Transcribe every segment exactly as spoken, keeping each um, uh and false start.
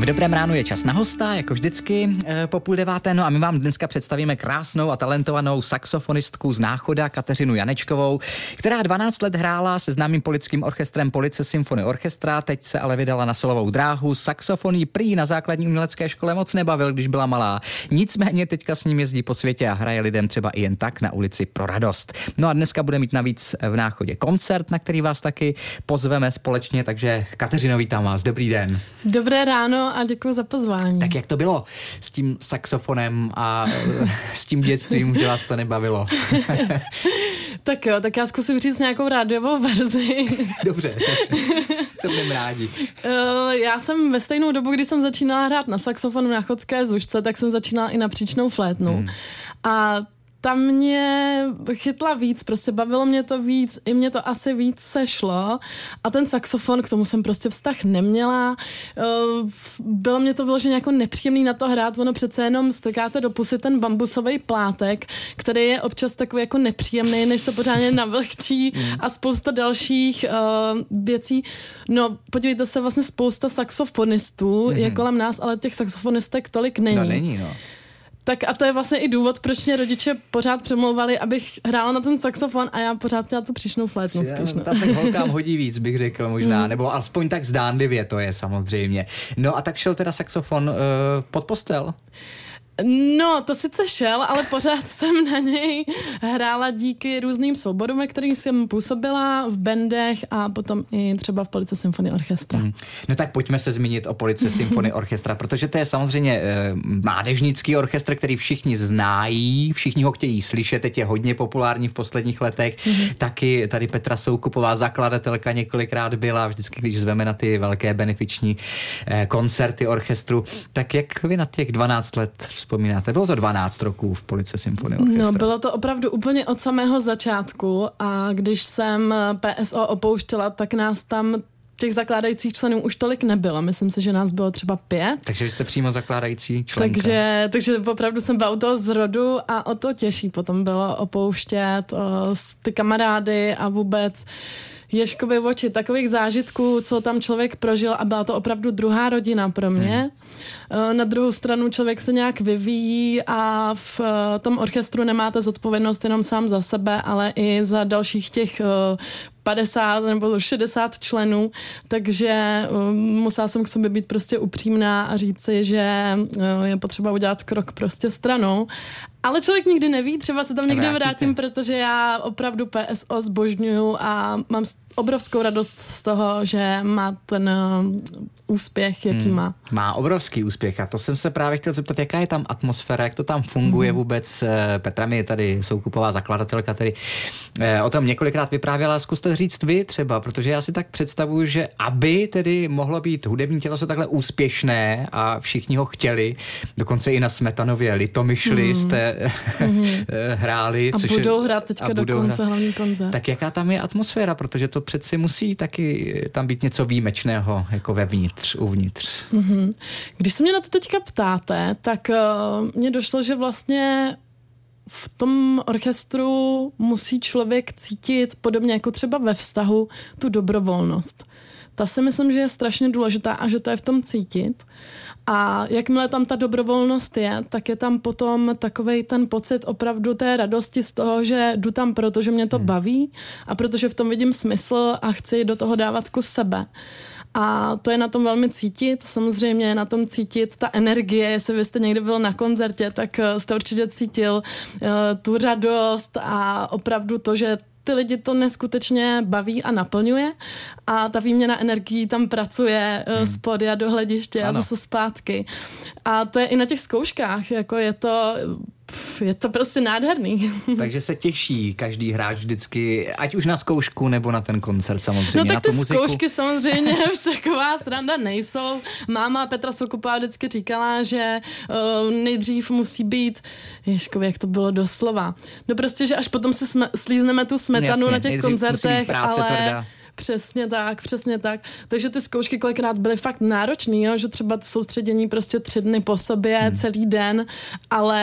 V dobrém ránu je čas na hosta, jako vždycky e, po půl deváté, no a my vám dneska představíme krásnou a talentovanou saxofonistku z Náchoda Kateřinu Janečkovou, která dvanáct let hrála se známým politickým orchestrem Police Symphony Orchestra, teď se ale vydala na solovou dráhu. Saxofon jí prý na základní umělecké škole moc nebavil, když byla malá. Nicméně teďka s ním jezdí po světě a hraje lidem třeba i jen tak na ulici pro radost. No a dneska bude mít navíc v Náchodě koncert, na který vás taky pozveme společně, takže Kateřino, vítám vás, dobrý den. Dobré ráno a děkuji za pozvání. Tak jak to bylo s tím saxofonem a s tím dětstvím, že vás to nebavilo? Tak jo, tak já zkusím říct nějakou rádiovou verzi. Dobře, dobře, to budeme rádi. Já jsem ve stejnou dobu, kdy jsem začínala hrát na saxofonu na Chodské Zušce, tak jsem začínala i na příčnou flétnu. Hmm. A tam mě chytla víc, prostě bavilo mě to víc, i mě to asi víc sešlo a ten saxofon, k tomu jsem prostě vztah neměla. Bylo mě to vyloženě jako nepříjemný na to hrát, ono přece jenom strkáte do pusy ten bambusový plátek, který je občas takový jako nepříjemný, než se pořádně navlhčí a spousta dalších uh, věcí. No, podívejte se, vlastně spousta saxofonistů mm-hmm. je kolem nás, ale těch saxofonistek tolik není. No není, no. Tak a to je vlastně i důvod, proč mě rodiče pořád přemlouvali, abych hrála na ten saxofon a já pořád měla tu příšnou flétnu spíš. No. Ta se holkám hodí víc, bych řekl možná, mm. nebo alespoň tak zdánlivě to je samozřejmě. No a tak šel teda saxofon uh, pod postel? No, to sice šel, ale pořád jsem na něj hrála díky různým souborům, ve kterých jsem působila v bandech a potom i třeba v Police Symphony Orchestra. Hmm. No tak pojďme se zmínit o Police Symphony Orchestra, protože to je samozřejmě e, mládežnický orchestr, který všichni znají, všichni ho chtějí slyšet, teď je hodně populární v posledních letech. Hmm. Taky tady Petra Soukupová, zakladatelka, několikrát byla, vždycky, když zveme na ty velké benefiční e, koncerty orchestru. Tak jak vy na těch dvanáct let vzpomínáte? Bylo to dvanáct roků v Police Symphony Orchestra. No, bylo to opravdu úplně od samého začátku a když jsem P S O opouštěla, tak nás tam těch zakládajících členů už tolik nebylo. Myslím si, že nás bylo třeba pět. Takže vy jste přímo zakládající členka. Takže, takže opravdu jsem byla u toho zrodu a o to těžší potom bylo opouštět o, ty kamarády a vůbec ježkovi oči, takových zážitků, co tam člověk prožil a byla to opravdu druhá rodina pro mě. Hmm. Na druhou stranu člověk se nějak vyvíjí a v tom orchestru nemáte zodpovědnost jenom sám za sebe, ale i za dalších těch padesát nebo šedesát členů, takže um, musela jsem k sobě být prostě upřímná a říct si, že uh, je potřeba udělat krok prostě stranou. Ale člověk nikdy neví, třeba se tam někde Vrátíte. vrátím, protože já opravdu P S O zbožňuju a mám obrovskou radost z toho, že má ten uh, úspěch, jaký hmm. má. Má obrovský úspěch a to jsem se právě chtěl zeptat, jaká je tam atmosféra, jak to tam funguje hmm. vůbec. Petra mi je tady Soukupová, zakladatelka, tedy o tom několikrát vyprávěla. Zkuste říct vy třeba, protože já si tak představuju, že aby tedy mohlo být hudební těleso takhle úspěšné a všichni ho chtěli, dokonce i na Smetanově Litomyšli hmm. jste hmm. hráli. A což budou je, hrát teďka do konce hlavní koncert. Tak jaká tam je atmosféra, protože to přeci musí taky tam být něco výjimečného, jako vevnitř, uvnitř. Mm-hmm. Když se mě na to teďka ptáte, tak uh, mně došlo, že vlastně v tom orchestru musí člověk cítit, podobně jako třeba ve vztahu, tu dobrovolnost. Ta si myslím, že je strašně důležitá a že to je v tom cítit. A jakmile tam ta dobrovolnost je, tak je tam potom takovej ten pocit opravdu té radosti z toho, že jdu tam, protože mě to baví a protože v tom vidím smysl a chci do toho dávat kus sebe. A to je na tom velmi cítit, samozřejmě je na tom cítit ta energie, jestli vy jste někdy byl na koncertě, tak jste určitě cítil uh, tu radost a opravdu to, že ty lidi to neskutečně baví a naplňuje a ta výměna energií tam pracuje hmm. z podia do hlediště ano. a zase zpátky. A to je i na těch zkouškách, jako je to... Je to prostě nádherný. Takže se těší každý hráč vždycky, ať už na zkoušku nebo na ten koncert samozřejmě. No tak na ty tu muziku. Zkoušky samozřejmě už taková sranda nejsou. Máma Petra Soukupová vždycky říkala, že uh, nejdřív musí být, ježkovi, jak to bylo doslova. No prostě, že až potom si jsme, slízneme tu smetanu Jasně, na těch koncertech, ale... Tvrdá. Přesně tak, přesně tak. Takže ty zkoušky kolikrát byly fakt náročný, jo? Že třeba soustředění prostě tři dny po sobě, hmm. celý den, ale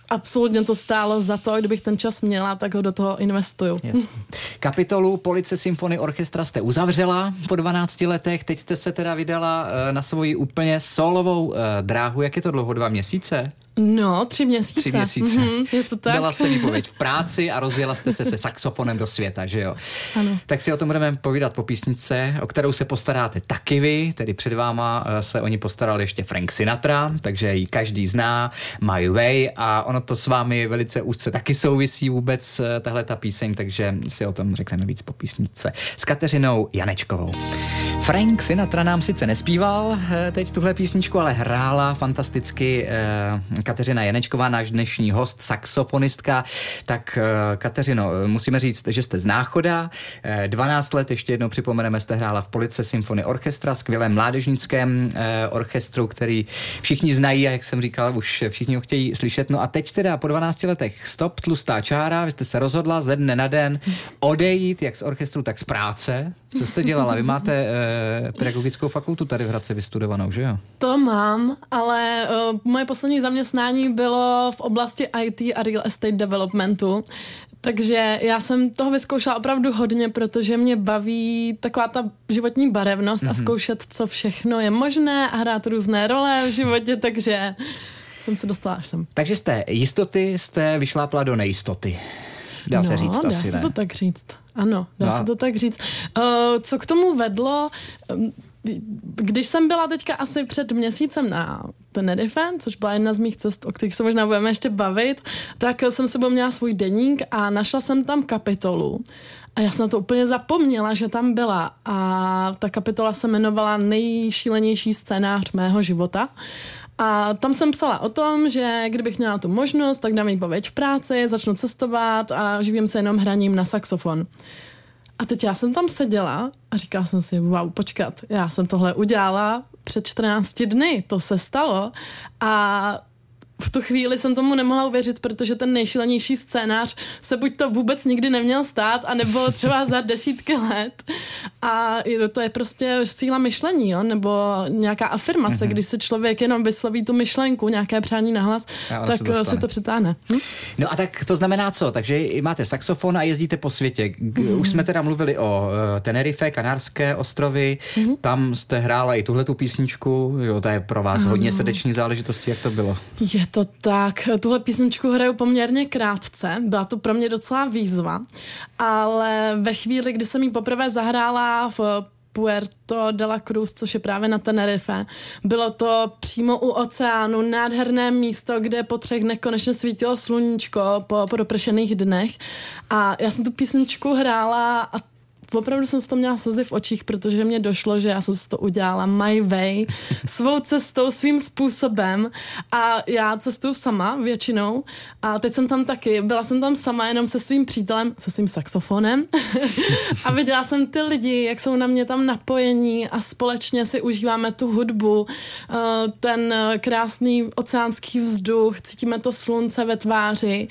absolutně to stálo za to, kdybych ten čas měla, tak ho do toho investuju. Jasně. Kapitolu Police Symphony Orchestra jste uzavřela po dvanácti letech, teď jste se teda vydala na svoji úplně solovou dráhu. Jak je to dlouho? Dva měsíce? No, tři měsíce. Tři měsíce. Mm-hmm, je to tak. Dala jste výpověď v práci a rozjela jste se se saxofonem do světa, že jo? Ano. Tak si o tom budeme povídat po písničce, o kterou se postaráte taky vy, tedy před váma se o ní postaral ještě Frank Sinatra, takže ji každý zná, My Way, a ono to s vámi velice úzce taky souvisí vůbec tahle ta píseň, takže si o tom řekneme víc po písničce s Kateřinou Janečkovou. Frank Sinatra nám sice nespíval teď tuhle písničku, ale hrála fantasticky Kateřina Janečková, náš dnešní host, saxofonistka. Tak Kateřino, musíme říct, že jste z Náchoda. dvanáct let, ještě jednou připomeneme, jste hrála v Police Symphony Orchestra, skvělém mládežnickém orchestru, který všichni znají a jak jsem říkal, už všichni ho chtějí slyšet. No a teď teda po dvanácti letech stop, tlustá čára, vy jste se rozhodla ze dne na den odejít jak z orchestru, tak z práce. Co jste dělala? Vy máte eh, pedagogickou fakultu tady v Hradci vystudovanou, že jo? To mám, ale uh, moje poslední zaměstnání bylo v oblasti í té a real estate developmentu. Takže já jsem toho vyzkoušela opravdu hodně, protože mě baví taková ta životní barevnost mm-hmm. a zkoušet, co všechno je možné a hrát různé role v životě, takže jsem se dostala až sem. Takže z té jistoty jste vyšlápla do nejistoty. Dá no, se říct dá asi, se ne? to tak říct. Ano, dá no. se to tak říct. Uh, co k tomu vedlo? Když jsem byla teďka asi před měsícem na Tenerife, což byla jedna z mých cest, o kterých se možná budeme ještě bavit, tak jsem sebou měla svůj deník a našla jsem tam kapitolu. A já jsem na to úplně zapomněla, že tam byla. A ta kapitola se jmenovala Nejšílenější scénář mého života. A tam jsem psala o tom, že kdybych měla tu možnost, tak dám výpověď v práci, začnu cestovat a živím se jenom hraním na saxofon. A teď já jsem tam seděla a říkala jsem si, wow, počkat, já jsem tohle udělala před čtrnácti dny, to se stalo a v tu chvíli jsem tomu nemohla uvěřit, protože ten nejšílenější scénář se buď to vůbec nikdy neměl stát, anebo třeba za desítky let. A to je prostě síla myšlení, jo? Nebo nějaká afirmace, mm-hmm. když se člověk jenom vysloví tu myšlenku, nějaké přání nahlas, tak se, se to přitáhne. Hm? No a tak to znamená co? Takže máte saxofon a jezdíte po světě. Mm-hmm. Už jsme teda mluvili o uh, Tenerife, Kanárské ostrovy, mm-hmm. tam jste hrála i tuhletu písničku, jo, to je pro vás ano. hodně srdeční záležitosti, jak to bylo? Je to tak. Tuhle písničku hraju poměrně krátce. Byla to pro mě docela výzva. Ale ve chvíli, kdy jsem ji poprvé zahrála v Puerto de la Cruz, což je právě na Tenerife. Bylo to přímo u oceánu, nádherné místo, kde po třech dnech konečně svítilo sluníčko po, po dopršených dnech. A já jsem tu písničku hrála a opravdu jsem z toho měla slzy v očích, protože mě došlo, že já jsem si to udělala my way, svou cestou, svým způsobem a já cestuju sama většinou a teď jsem tam taky, byla jsem tam sama jenom se svým přítelem, se svým saxofonem a viděla jsem ty lidi, jak jsou na mě tam napojení a společně si užíváme tu hudbu, ten krásný oceánský vzduch, cítíme to slunce ve tváři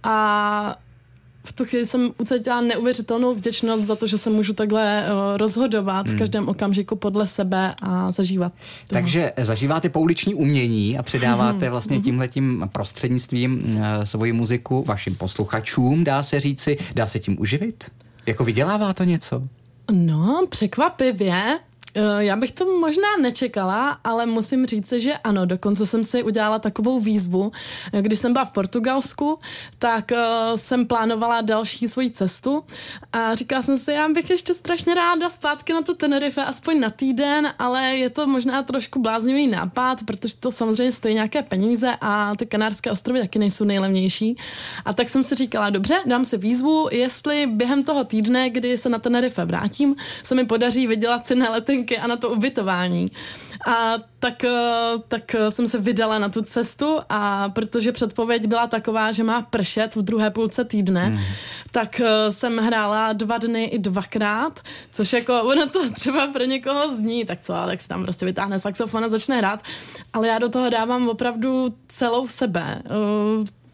a v tu chvíli jsem ucítila neuvěřitelnou vděčnost za to, že se můžu takhle uh, rozhodovat hmm. v každém okamžiku podle sebe a zažívat. Toho. Takže zažíváte pouliční umění a předáváte vlastně tímhletím prostřednictvím uh, svoji muziku vašim posluchačům, dá se říci, dá se tím uživit? Jako vydělává to něco? No, překvapivě. Já bych to možná nečekala, ale musím říct, že ano, dokonce jsem si udělala takovou výzvu. Když jsem byla v Portugalsku, tak uh, jsem plánovala další svoji cestu a říkala jsem si, já bych ještě strašně ráda zpátky na to Tenerife, aspoň na týden, ale je to možná trošku bláznivý nápad, protože to samozřejmě stojí nějaké peníze a ty Kanárské ostrovy taky nejsou nejlevnější. A tak jsem si říkala, dobře, dám si výzvu, jestli během toho týdne, kdy se na Tenerife vrátím, se mi podaří vydělat si na letenky a na to ubytování. A tak, tak jsem se vydala na tu cestu a protože předpověď byla taková, že má pršet v druhé půlce týdne, mm. tak jsem hrála dva dny i dvakrát, což jako ono to třeba pro někoho zní, tak co, tak si tam prostě vytáhne saxofon a začne hrát, ale já do toho dávám opravdu celou sebe.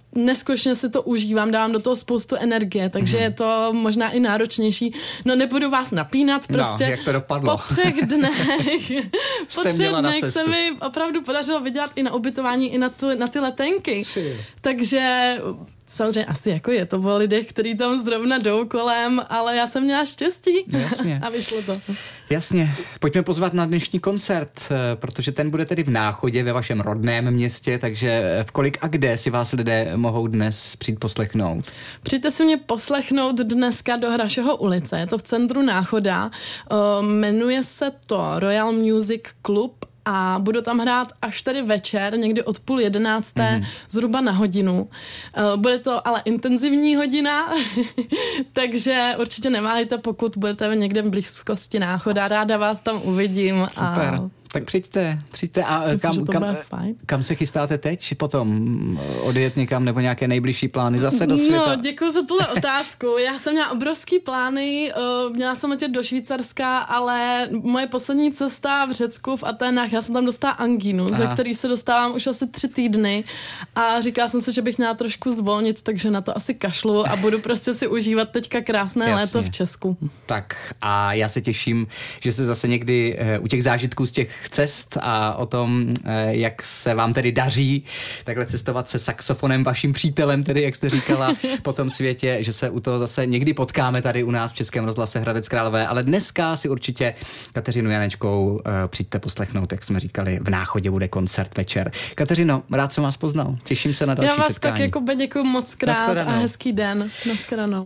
neskutečně si to užívám, dávám do toho spoustu energie, takže mm. je to možná i náročnější. No nebudu vás napínat, prostě no, jak to dopadlo? Po třech dnech, po třech dnech se mi opravdu podařilo vydělat i na ubytování, i na, tu, na ty letenky. Při. Takže samozřejmě asi jako je to o lidech, kteří tam zrovna jdou kolem, ale já jsem měla štěstí. Jasně. A vyšlo to. Jasně. Pojďme pozvat na dnešní koncert, protože ten bude tedy v Náchodě ve vašem rodném městě, takže v kolik a kde si vás lidé mohou dnes přijít poslechnout? Přijďte si mě poslechnout dneska do Hrašeho ulice. Je to v centru Náchoda. Uh, jmenuje se to Royal Music Club a budu tam hrát až tady večer, někdy od půl jedenácté, mm-hmm. zhruba na hodinu. Bude to ale intenzivní hodina, takže určitě neváhejte, pokud budete někde v blízkosti Náchoda. Ráda vás tam uvidím. Super. A tak přijďte, přijďte. A kam, kam, kam se chystáte teď? Potom odjet někam nebo nějaké nejbližší plány zase do světa? No, děkuji za tuhle otázku. Já jsem měla obrovský plány, měla jsem letět do Švýcarska, ale moje poslední cesta v Řecku, v Aténách, já jsem tam dostala angínu, Aha. ze který se dostávám už asi tři týdny a říkala jsem si, že bych měla trošku zvolnit, takže na to asi kašlu a budu prostě si užívat teďka krásné Jasně. léto v Česku. Tak a já se těším, že se zase někdy u těch zážitků z těch cest a o tom, jak se vám tedy daří takhle cestovat se saxofonem, vaším přítelem, tedy jak jste říkala, po tom světě, že se u toho zase někdy potkáme tady u nás v Českém rozhlase Hradec Králové, ale dneska si určitě Kateřinu Janečkovou přijďte poslechnout, jak jsme říkali, v Náchodě bude koncert večer. Kateřino, rád jsem vás poznal, těším se na další setkání. Já vás setkání. Tak jako děkuji moc krát a hezký den. Naschledanou.